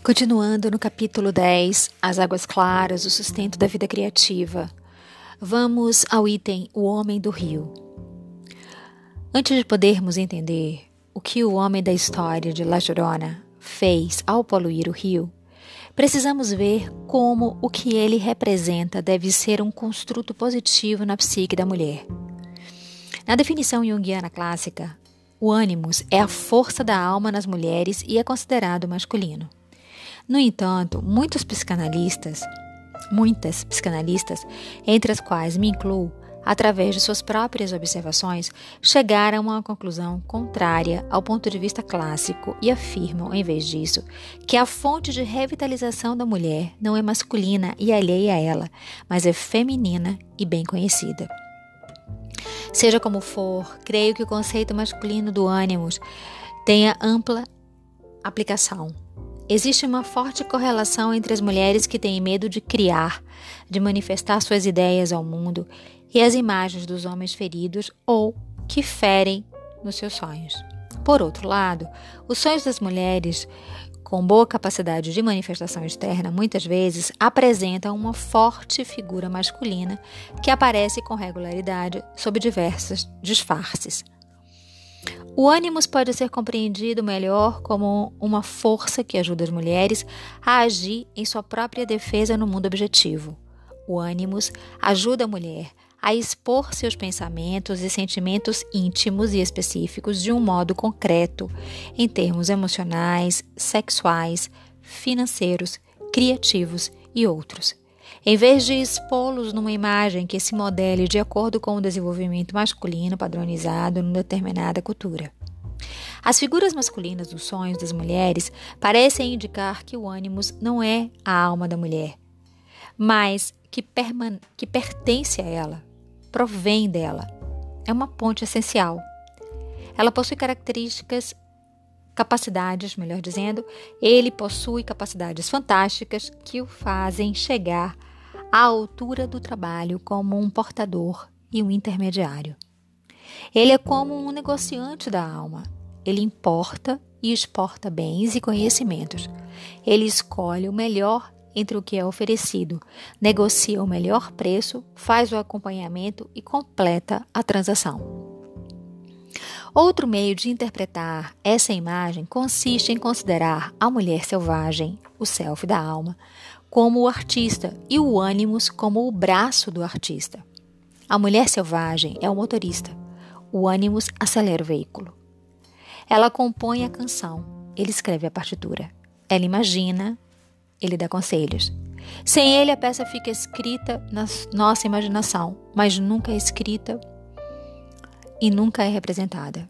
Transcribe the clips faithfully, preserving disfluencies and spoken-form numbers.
Continuando no capítulo dez, as águas claras, o sustento da vida criativa. Vamos ao item O Homem do Rio. Antes de podermos entender o que o homem da história de La Llorona fez ao poluir o rio, precisamos ver como o que ele representa deve ser um construto positivo na psique da mulher. Na definição junguiana clássica, o ânimos é a força da alma nas mulheres e é considerado masculino. No entanto, muitos psicanalistas, muitas psicanalistas, entre as quais me incluo, através de suas próprias observações, chegaram a uma conclusão contrária ao ponto de vista clássico e afirmam, em vez disso, que a fonte de revitalização da mulher não é masculina e alheia a ela, mas é feminina e bem conhecida. Seja como for, creio que o conceito masculino do ânimos tenha ampla aplicação. Existe uma forte correlação entre as mulheres que têm medo de criar, de manifestar suas ideias ao mundo e as imagens dos homens feridos ou que ferem nos seus sonhos. Por outro lado, os sonhos das mulheres com boa capacidade de manifestação externa muitas vezes apresentam uma forte figura masculina que aparece com regularidade sob diversos disfarces. O ânimos pode ser compreendido melhor como uma força que ajuda as mulheres a agir em sua própria defesa no mundo objetivo. O ânimos ajuda a mulher a expor seus pensamentos e sentimentos íntimos e específicos de um modo concreto, em termos emocionais, sexuais, financeiros, criativos e outros. Em vez de expô-los numa imagem que se modele de acordo com o desenvolvimento masculino padronizado numa determinada cultura. As figuras masculinas dos sonhos das mulheres parecem indicar que o ânimos não é a alma da mulher, mas que, permane- que pertence a ela, provém dela. É uma ponte essencial. Ela possui características, capacidades, melhor dizendo, ele possui capacidades fantásticas que o fazem chegar à altura do trabalho como um portador e um intermediário. Ele é como um negociante da alma. Ele importa e exporta bens e conhecimentos. Ele escolhe o melhor entre o que é oferecido, negocia o melhor preço, faz o acompanhamento e completa a transação. Outro meio de interpretar essa imagem consiste em considerar a mulher selvagem, o self da alma, como o artista e o ânimos como o braço do artista. A mulher selvagem é o motorista, o ânimos acelera o veículo. Ela compõe a canção, ele escreve a partitura. Ela imagina, ele dá conselhos. Sem ele, a peça fica escrita na nossa imaginação, mas nunca é escrita e nunca é representada.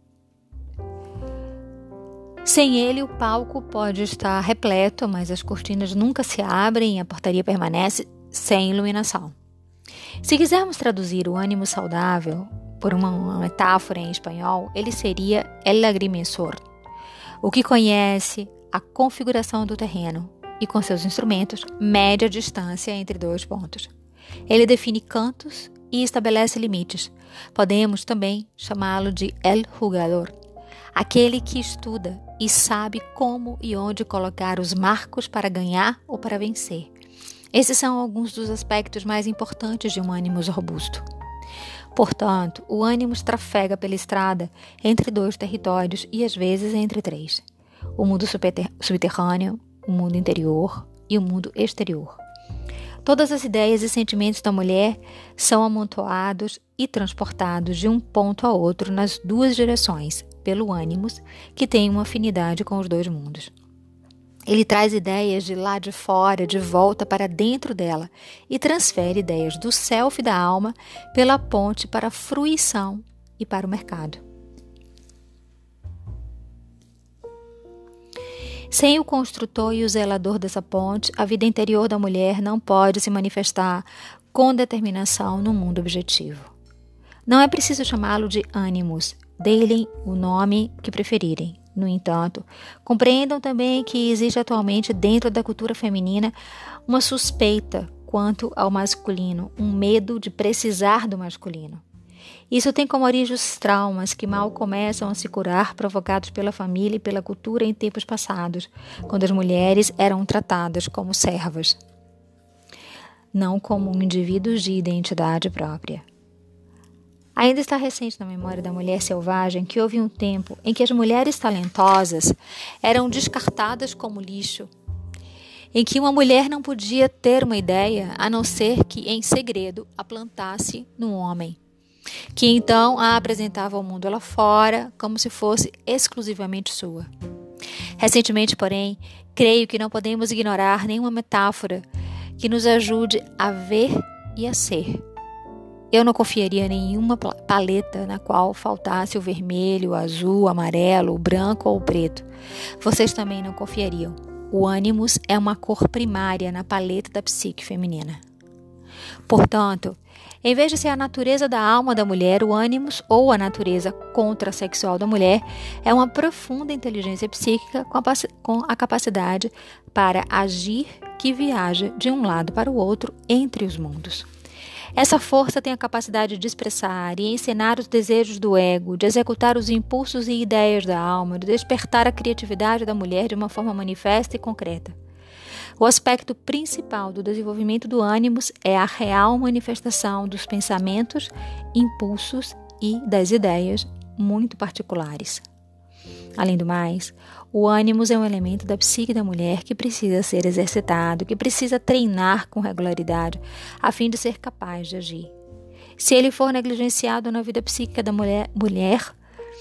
Sem ele, o palco pode estar repleto, mas as cortinas nunca se abrem e a portaria permanece sem iluminação. Se quisermos traduzir o ânimo saudável por uma, uma metáfora em espanhol, ele seria el agrimensor, o que conhece a configuração do terreno e, com seus instrumentos, mede a distância entre dois pontos. Ele define cantos e estabelece limites. Podemos também chamá-lo de el jugador, aquele que estuda e sabe como e onde colocar os marcos para ganhar ou para vencer. Esses são alguns dos aspectos mais importantes de um ânimos robusto. Portanto, o ânimos trafega pela estrada entre dois territórios e às vezes entre três: o mundo subterrâneo, o mundo interior e o mundo exterior. Todas as ideias e sentimentos da mulher são amontoados e transportados de um ponto a outro nas duas direções, pelo ânimos, que tem uma afinidade com os dois mundos. Ele traz ideias de lá de fora, de volta para dentro dela, e transfere ideias do self da alma pela ponte para a fruição e para o mercado. Sem o construtor e o zelador dessa ponte, a vida interior da mulher não pode se manifestar com determinação no mundo objetivo. Não é preciso chamá-lo de ânimos, dê-lhe o nome que preferirem. No entanto, compreendam também que existe atualmente dentro da cultura feminina uma suspeita quanto ao masculino, um medo de precisar do masculino. Isso tem como origem os traumas que mal começam a se curar, provocados pela família e pela cultura em tempos passados, quando as mulheres eram tratadas como servas, não como indivíduos de identidade própria. Ainda está recente na memória da mulher selvagem que houve um tempo em que as mulheres talentosas eram descartadas como lixo, em que uma mulher não podia ter uma ideia a não ser que, em segredo, a plantasse num homem, que então a apresentava ao mundo lá fora como se fosse exclusivamente sua. Recentemente, porém, creio que não podemos ignorar nenhuma metáfora que nos ajude a ver e a ser. Eu não confiaria em nenhuma paleta na qual faltasse o vermelho, o azul, o amarelo, o branco ou o preto. Vocês também não confiariam. O ânimos é uma cor primária na paleta da psique feminina. Portanto, em vez de ser a natureza da alma da mulher, o ânimos ou a natureza contrassexual da mulher é uma profunda inteligência psíquica com a capacidade para agir que viaja de um lado para o outro entre os mundos. Essa força tem a capacidade de expressar e encenar os desejos do ego, de executar os impulsos e ideias da alma, de despertar a criatividade da mulher de uma forma manifesta e concreta. O aspecto principal do desenvolvimento do ânimos é a real manifestação dos pensamentos, impulsos e das ideias muito particulares. Além do mais, o ânimos é um elemento da psique da mulher que precisa ser exercitado, que precisa treinar com regularidade, a fim de ser capaz de agir. Se ele for negligenciado na vida psíquica da mulher, mulher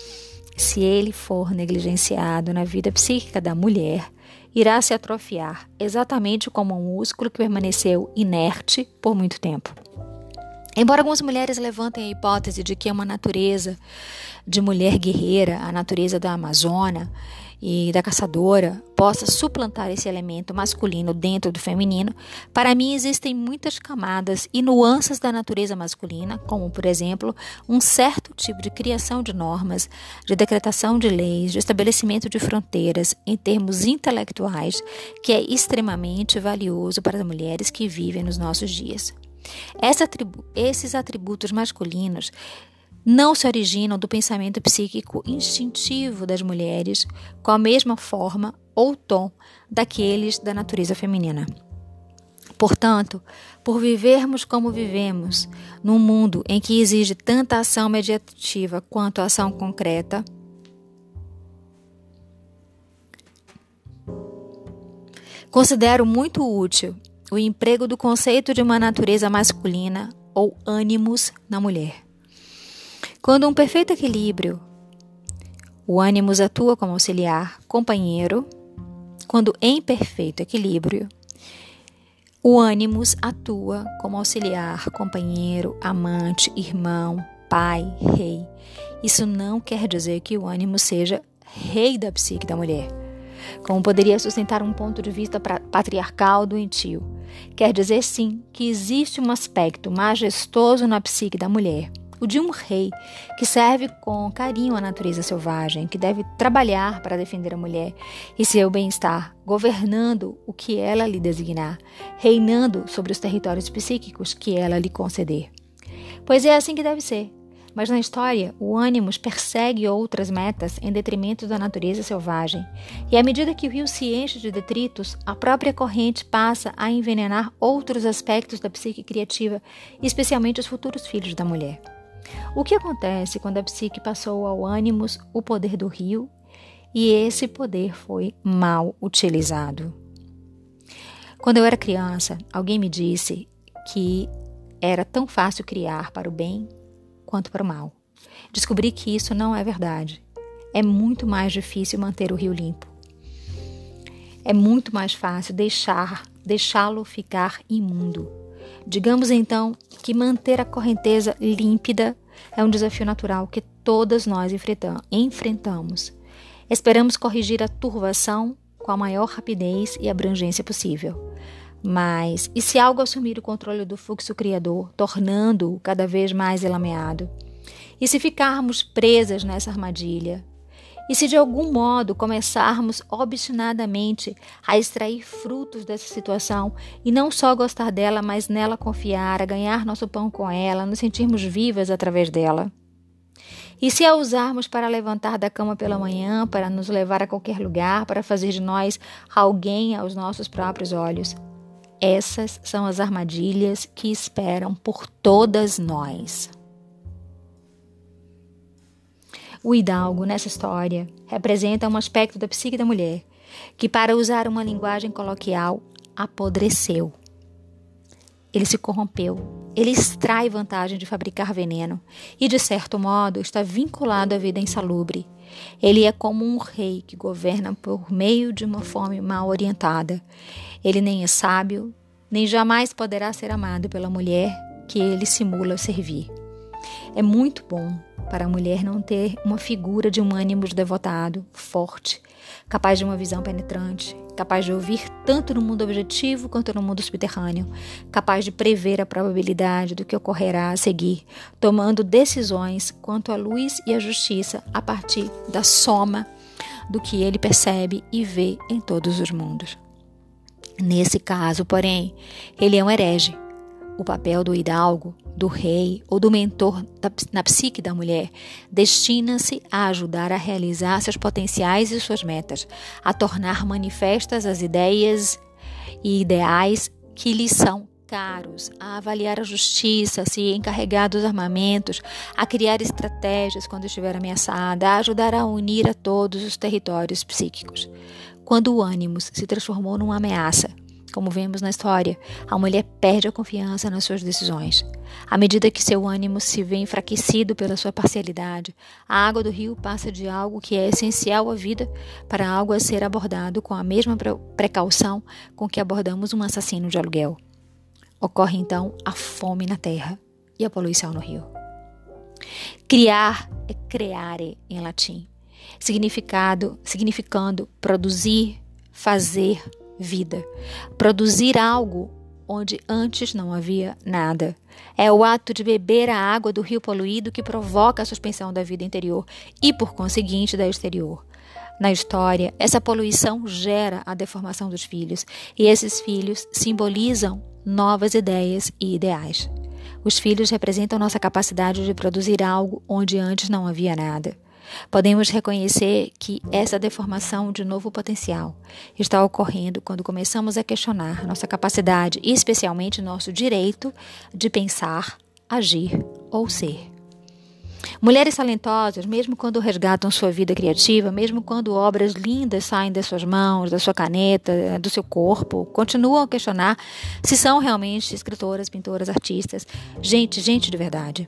se ele for negligenciado na vida psíquica da mulher, irá se atrofiar, exatamente como um músculo que permaneceu inerte por muito tempo. Embora algumas mulheres levantem a hipótese de que é uma natureza de mulher guerreira, a natureza da amazona e da caçadora, possa suplantar esse elemento masculino dentro do feminino, para mim existem muitas camadas e nuances da natureza masculina, como, por exemplo, um certo tipo de criação de normas, de decretação de leis, de estabelecimento de fronteiras em termos intelectuais, que é extremamente valioso para as mulheres que vivem nos nossos dias. Essa atribu- esses atributos masculinos não se originam do pensamento psíquico instintivo das mulheres com a mesma forma ou tom daqueles da natureza feminina. Portanto, por vivermos como vivemos, num mundo em que exige tanta ação mediativa quanto ação concreta, considero muito útil o emprego do conceito de uma natureza masculina ou ânimos na mulher. Quando um perfeito equilíbrio, o ânimos atua como auxiliar, companheiro. Quando em perfeito equilíbrio, o ânimos atua como auxiliar, companheiro, amante, irmão, pai, rei. Isso não quer dizer que o ânimos seja rei da psique da mulher, como poderia sustentar um ponto de vista patriarcal doentio. Quer dizer, sim, que existe um aspecto majestoso na psique da mulher, o de um rei, que serve com carinho à natureza selvagem, que deve trabalhar para defender a mulher e seu bem-estar, governando o que ela lhe designar, reinando sobre os territórios psíquicos que ela lhe conceder. Pois é assim que deve ser. Mas na história, o ânimos persegue outras metas em detrimento da natureza selvagem, e à medida que o rio se enche de detritos, a própria corrente passa a envenenar outros aspectos da psique criativa, especialmente os futuros filhos da mulher. O que acontece quando a psique passou ao ânimos o poder do rio, e esse poder foi mal utilizado? Quando eu era criança, alguém me disse que era tão fácil criar para o bem quanto para o mal. Descobri que isso não é verdade. É muito mais difícil manter o rio limpo. É muito mais fácil deixar, deixá-lo ficar imundo. Digamos então que manter a correnteza límpida é um desafio natural que todas nós enfrentamos. Esperamos corrigir a turvação com a maior rapidez e abrangência possível. Mas, e se algo assumir o controle do fluxo criador, tornando-o cada vez mais elameado? E se ficarmos presas nessa armadilha? E se de algum modo começarmos obstinadamente a extrair frutos dessa situação e não só gostar dela, mas nela confiar, a ganhar nosso pão com ela, nos sentirmos vivas através dela? E se a usarmos para levantar da cama pela manhã, para nos levar a qualquer lugar, para fazer de nós alguém aos nossos próprios olhos? Essas são as armadilhas que esperam por todas nós. O hidalgo, nessa história, representa um aspecto da psique da mulher, que, para usar uma linguagem coloquial, apodreceu. Ele se corrompeu, ele extrai vantagem de fabricar veneno e, de certo modo, está vinculado à vida insalubre. Ele é como um rei que governa por meio de uma fome mal orientada. Ele nem é sábio, nem jamais poderá ser amado pela mulher que ele simula servir. É muito bom para a mulher não ter uma figura de um ânimo devotado, forte, capaz de uma visão penetrante, capaz de ouvir tanto no mundo objetivo quanto no mundo subterrâneo, capaz de prever a probabilidade do que ocorrerá a seguir, tomando decisões quanto à luz e à justiça a partir da soma do que ele percebe e vê em todos os mundos. Nesse caso, porém, ele é um herege. O papel do hidalgo, do rei ou do mentor da, na psique da mulher destina-se a ajudar a realizar seus potenciais e suas metas, a tornar manifestas as ideias e ideais que lhes são caros, a avaliar a justiça, a se encarregar dos armamentos, a criar estratégias quando estiver ameaçada, a ajudar a unir a todos os territórios psíquicos. Quando o ânimos se transformou numa ameaça, como vemos na história, a mulher perde a confiança nas suas decisões. À medida que seu ânimo se vê enfraquecido pela sua parcialidade, a água do rio passa de algo que é essencial à vida para algo a ser abordado com a mesma precaução com que abordamos um assassino de aluguel. Ocorre então a fome na terra e a poluição no rio. Criar é creare em latim, significado, significando produzir, fazer, vida. Produzir algo onde antes não havia nada. É o ato de beber a água do rio poluído que provoca a suspensão da vida interior e, por conseguinte, da exterior. Na história, essa poluição gera a deformação dos filhos, e esses filhos simbolizam novas ideias e ideais. Os filhos representam nossa capacidade de produzir algo onde antes não havia nada. Podemos reconhecer que essa deformação de novo potencial está ocorrendo quando começamos a questionar nossa capacidade e especialmente nosso direito de pensar, agir ou ser. Mulheres talentosas, mesmo quando resgatam sua vida criativa, mesmo quando obras lindas saem das suas mãos, da sua caneta, do seu corpo, continuam a questionar se são realmente escritoras, pintoras, artistas, gente, gente de verdade.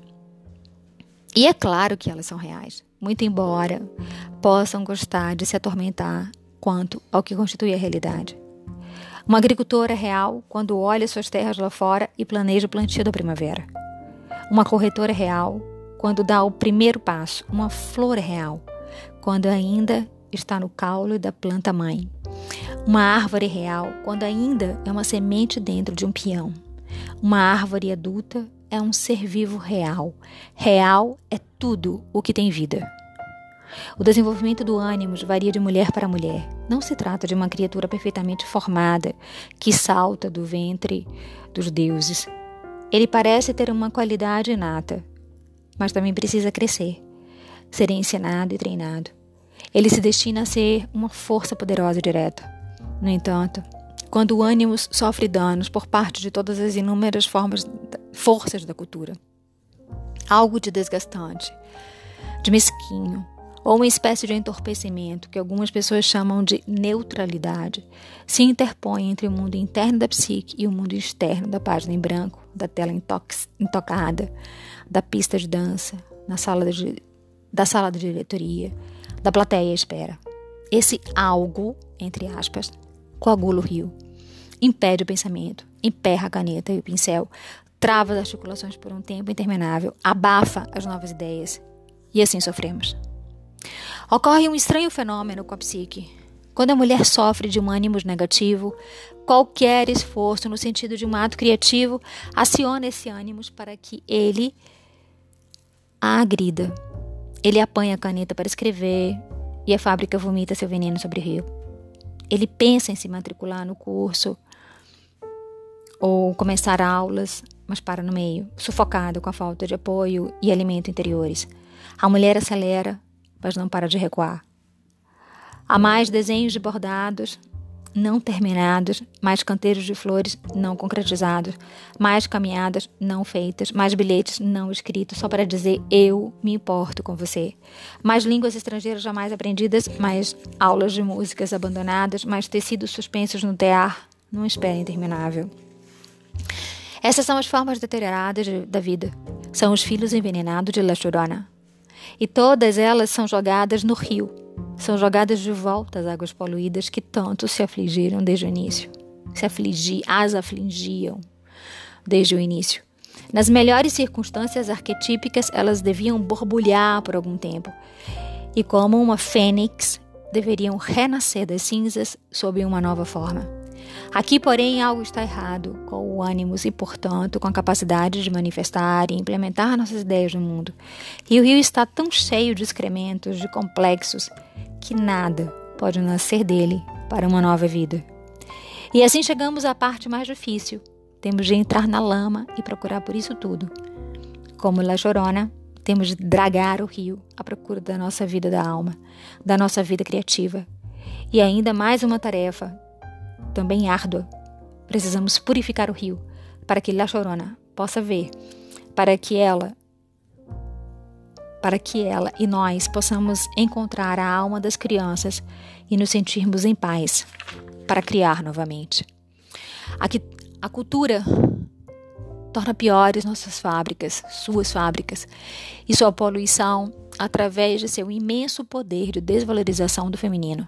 E é claro que elas são reais, muito embora possam gostar de se atormentar quanto ao que constitui a realidade. Uma agricultora é real quando olha suas terras lá fora e planeja o plantio da primavera. Uma corretora é real quando dá o primeiro passo. Uma flor é real quando ainda está no caule da planta-mãe. Uma árvore é real quando ainda é uma semente dentro de um peão. Uma árvore adulta é um ser vivo real. Real é tudo o que tem vida. O desenvolvimento do ânimo varia de mulher para mulher. Não se trata de uma criatura perfeitamente formada que salta do ventre dos deuses. Ele parece ter uma qualidade inata, mas também precisa crescer, ser ensinado e treinado. Ele se destina a ser uma força poderosa e direta. No entanto, quando o ânimo sofre danos por parte de todas as inúmeras formas, forças da cultura, algo de desgastante, de mesquinho, ou uma espécie de entorpecimento que algumas pessoas chamam de neutralidade, se interpõe entre o mundo interno da psique e o mundo externo da página em branco, da tela intox, intocada, da pista de dança, na sala de, da sala de diretoria, da plateia à espera. Esse algo, entre aspas, coagula o rio, impede o pensamento, emperra a caneta e o pincel, trava as articulações por um tempo interminável, abafa as novas ideias, e assim sofremos. Ocorre um estranho fenômeno com a psique. Quando a mulher sofre de um ânimo negativo, qualquer esforço no sentido de um ato criativo aciona esse ânimo para que ele a agrida. Ele apanha a caneta para escrever, e a fábrica vomita seu veneno sobre o rio. Ele pensa em se matricular no curso ou começar aulas, mas para no meio, sufocado com a falta de apoio e alimento interiores. A mulher acelera, mas não para de recuar. Há mais desenhos de bordados não terminados, mais canteiros de flores não concretizados, mais caminhadas não feitas, mais bilhetes não escritos só para dizer eu me importo com você, mais línguas estrangeiras jamais aprendidas, mais aulas de músicas abandonadas, mais tecidos suspensos no tear numa espera interminável. Essas são as formas deterioradas da vida. São os filhos envenenados de La Llorona. E todas elas são jogadas no rio. São jogadas de volta às águas poluídas que tanto se afligiram desde o início. Se afligir, as afligiam desde o início. Nas melhores circunstâncias arquetípicas, elas deviam borbulhar por algum tempo. E como uma fênix, deveriam renascer das cinzas sob uma nova forma. Aqui, porém, algo está errado com o ânimos e, portanto, com a capacidade de manifestar e implementar nossas ideias no mundo. E o rio está tão cheio de excrementos, de complexos, que nada pode nascer dele para uma nova vida. E assim chegamos à parte mais difícil. Temos de entrar na lama e procurar por isso tudo. Como La Llorona, temos de dragar o rio à procura da nossa vida da alma, da nossa vida criativa. E ainda mais uma tarefa, também árdua. Precisamos purificar o rio para que La Llorona possa ver, para que ela, para que ela e nós possamos encontrar a alma das crianças e nos sentirmos em paz para criar novamente. Aqui, a cultura torna piores nossas fábricas, suas fábricas, e sua poluição através de seu imenso poder de desvalorização do feminino.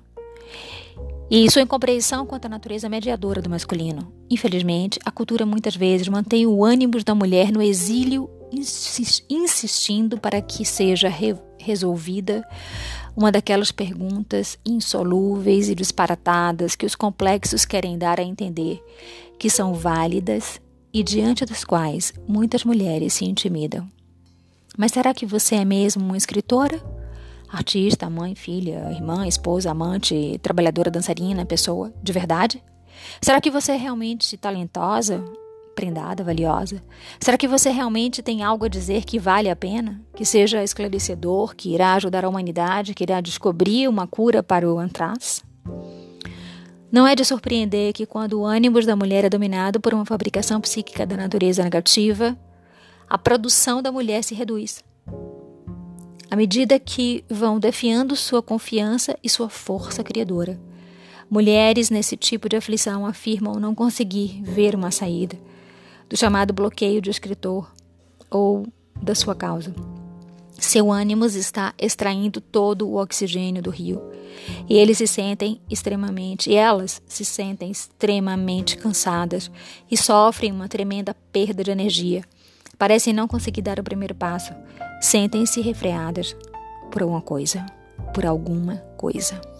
E sua incompreensão quanto à natureza mediadora do masculino. Infelizmente, a cultura muitas vezes mantém o ânimo da mulher no exílio, insistindo para que seja re- resolvida uma daquelas perguntas insolúveis e disparatadas que os complexos querem dar a entender que são válidas e diante das quais muitas mulheres se intimidam. Mas será que você é mesmo uma escritora? Artista, mãe, filha, irmã, esposa, amante, trabalhadora, dançarina, pessoa de verdade? Será que você é realmente talentosa, prendada, valiosa? Será que você realmente tem algo a dizer que vale a pena? Que seja esclarecedor, que irá ajudar a humanidade, que irá descobrir uma cura para o antraz? Não é de surpreender que quando o ânimo da mulher é dominado por uma fabricação psíquica da natureza negativa, a produção da mulher se reduz. À medida que vão defiando sua confiança e sua força criadora. Mulheres nesse tipo de aflição afirmam não conseguir ver uma saída do chamado bloqueio de escritor ou da sua causa. Seu ânimo está extraindo todo o oxigênio do rio e eles se sentem extremamente, e elas se sentem extremamente cansadas e sofrem uma tremenda perda de energia. Parecem não conseguir dar o primeiro passo. Sentem-se refreadas por alguma coisa, por alguma coisa.